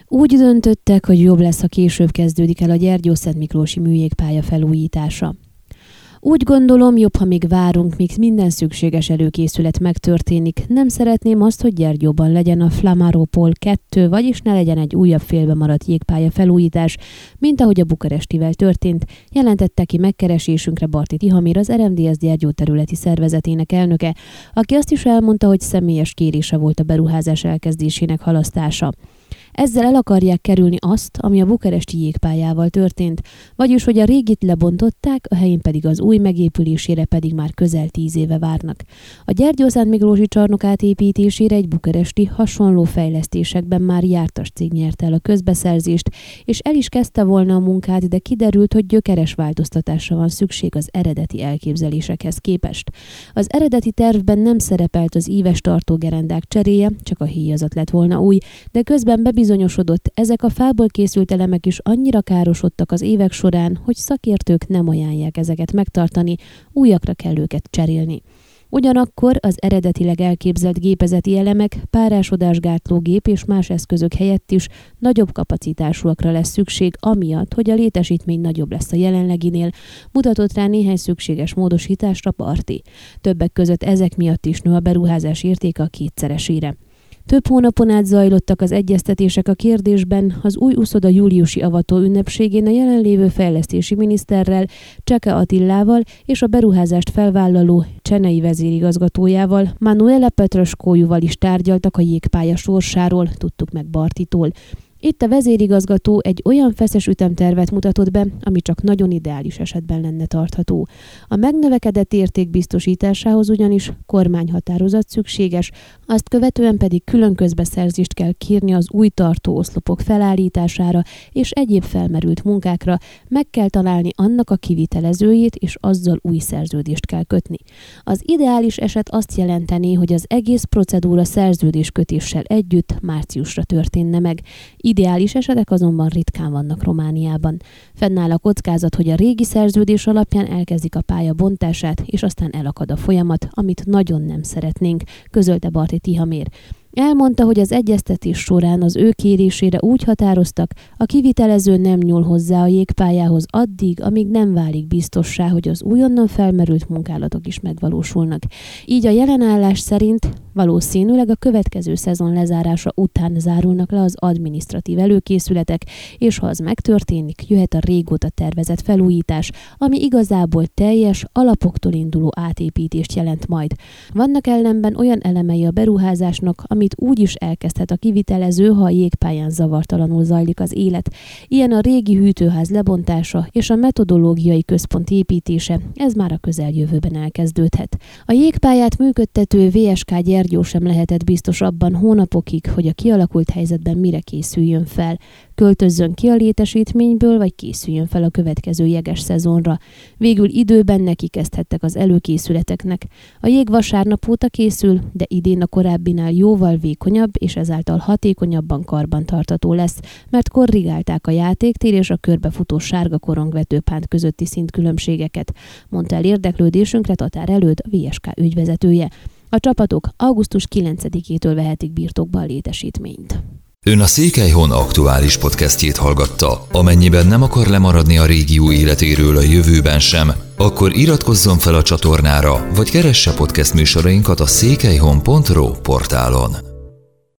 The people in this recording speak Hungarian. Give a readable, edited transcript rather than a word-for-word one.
Úgy döntöttek, hogy jobb lesz, ha később kezdődik el a Gyergyószentmiklósi műjégpálya felújítása. Úgy gondolom, jobb, ha még várunk, míg minden szükséges előkészület megtörténik. Nem szeretném azt, hogy Gyergyóban legyen a Flamaropol 2, vagyis ne legyen egy újabb félbe maradt jégpálya felújítás, mint ahogy a bukarestivel történt, jelentette ki megkeresésünkre Barti Tihamér, az RMDSZ Gyergyó területi szervezetének elnöke, aki azt is elmondta, hogy személyes kérése volt a beruházás elkezdésének halasztása. Ezzel el akarják kerülni azt, ami a bukaresti jégpályával történt, vagyis hogy a régit lebontották, a helyén pedig az új megépülésére pedig már közel 10 éve várnak. A Gyergyószentmiklósi csarnok átépítésére egy bukaresti hasonló fejlesztésekben már jártas cég nyerte el a közbeszerzést, és el is kezdte volna a munkát, de kiderült, hogy gyökeres változtatásra van szükség az eredeti elképzelésekhez képest. Az eredeti tervben nem szerepelt az íves tartógerendák cseréje, csak a héjazat lett volna új, de közben bebizonyosodott, ezek a fából készült elemek is annyira károsodtak az évek során, hogy szakértők nem ajánlják ezeket megtartani, újakra kell őket cserélni. Ugyanakkor az eredetileg elképzelt gépezeti elemek, párásodásgátló gép és más eszközök helyett is nagyobb kapacitásúakra lesz szükség, amiatt, hogy a létesítmény nagyobb lesz a jelenleginél, mutatott rá néhány szükséges módosításra Barti. Többek között ezek miatt is nő a beruházás értéke a kétszeresére. Több hónapon át zajlottak az egyeztetések a kérdésben, az új uszoda júliusi avató ünnepségén a jelenlévő fejlesztési miniszterrel, Cseke Attilával és a beruházást felvállaló csenei vezérigazgatójával, Manuela Petroskójuval is tárgyaltak a jégpálya sorsáról, tudtuk meg Bartitól. Itt a vezérigazgató egy olyan feszes ütemtervet mutatott be, ami csak nagyon ideális esetben lenne tartható. A megnövekedett érték biztosításához ugyanis kormányhatározat szükséges, azt követően pedig külön közbeszerzést kell kérni az új tartóoszlopok felállítására és egyéb felmerült munkákra, meg kell találni annak a kivitelezőjét, és azzal új szerződést kell kötni. Az ideális eset azt jelenteni, hogy az egész procedúra szerződéskötéssel együtt márciusra történne meg. Ideális esetek azonban ritkán vannak Romániában. Fennáll a kockázat, hogy a régi szerződés alapján elkezdik a pálya bontását, és aztán elakad a folyamat, amit nagyon nem szeretnénk, közölte Barti Tihamér. Elmondta, hogy az egyeztetés során az ő kérésére úgy határoztak, a kivitelező nem nyúl hozzá a jégpályához addig, amíg nem válik biztossá, hogy az újonnan felmerült munkálatok is megvalósulnak. Így a jelenállás szerint valószínűleg a következő szezon lezárása után zárulnak le az adminisztratív előkészületek, és ha az megtörténik, jöhet a régóta tervezett felújítás, ami igazából teljes, alapoktól induló átépítést jelent majd. Vannak ellenben olyan elemei a beruházásnak, amit úgy is elkezdhet a kivitelező, ha a jégpályán zavartalanul zajlik az élet. Ilyen a régi hűtőház lebontása és a metodológiai központ építése, ez már a közeljövőben elkezdődhet. A jégpályát működtető VSK Gyergyó sem lehetett biztos abban hónapokig, hogy a kialakult helyzetben mire készüljön fel. Költözzön ki a létesítményből, vagy készüljön fel a következő jeges szezonra. Végül időben neki kezdhettek az előkészületeknek. A jég vasárnap óta készül, de idén a korábbinál jóval vékonyabb és ezáltal hatékonyabban karbantartató lesz, mert korrigálták a játéktér és a körbefutó sárga korongvetőpánt közötti szintkülönbségeket, mondta el érdeklődésünkre Tatár Előd, a VSK ügyvezetője. A csapatok augusztus 9-től vehetik birtokba a létesítményt. Ön a Székelyhon aktuális podcastjét hallgatta. Amennyiben nem akar lemaradni a régió életéről a jövőben sem, akkor iratkozzon fel a csatornára, vagy keresse podcast műsorainkat a székelyhon.ro portálon.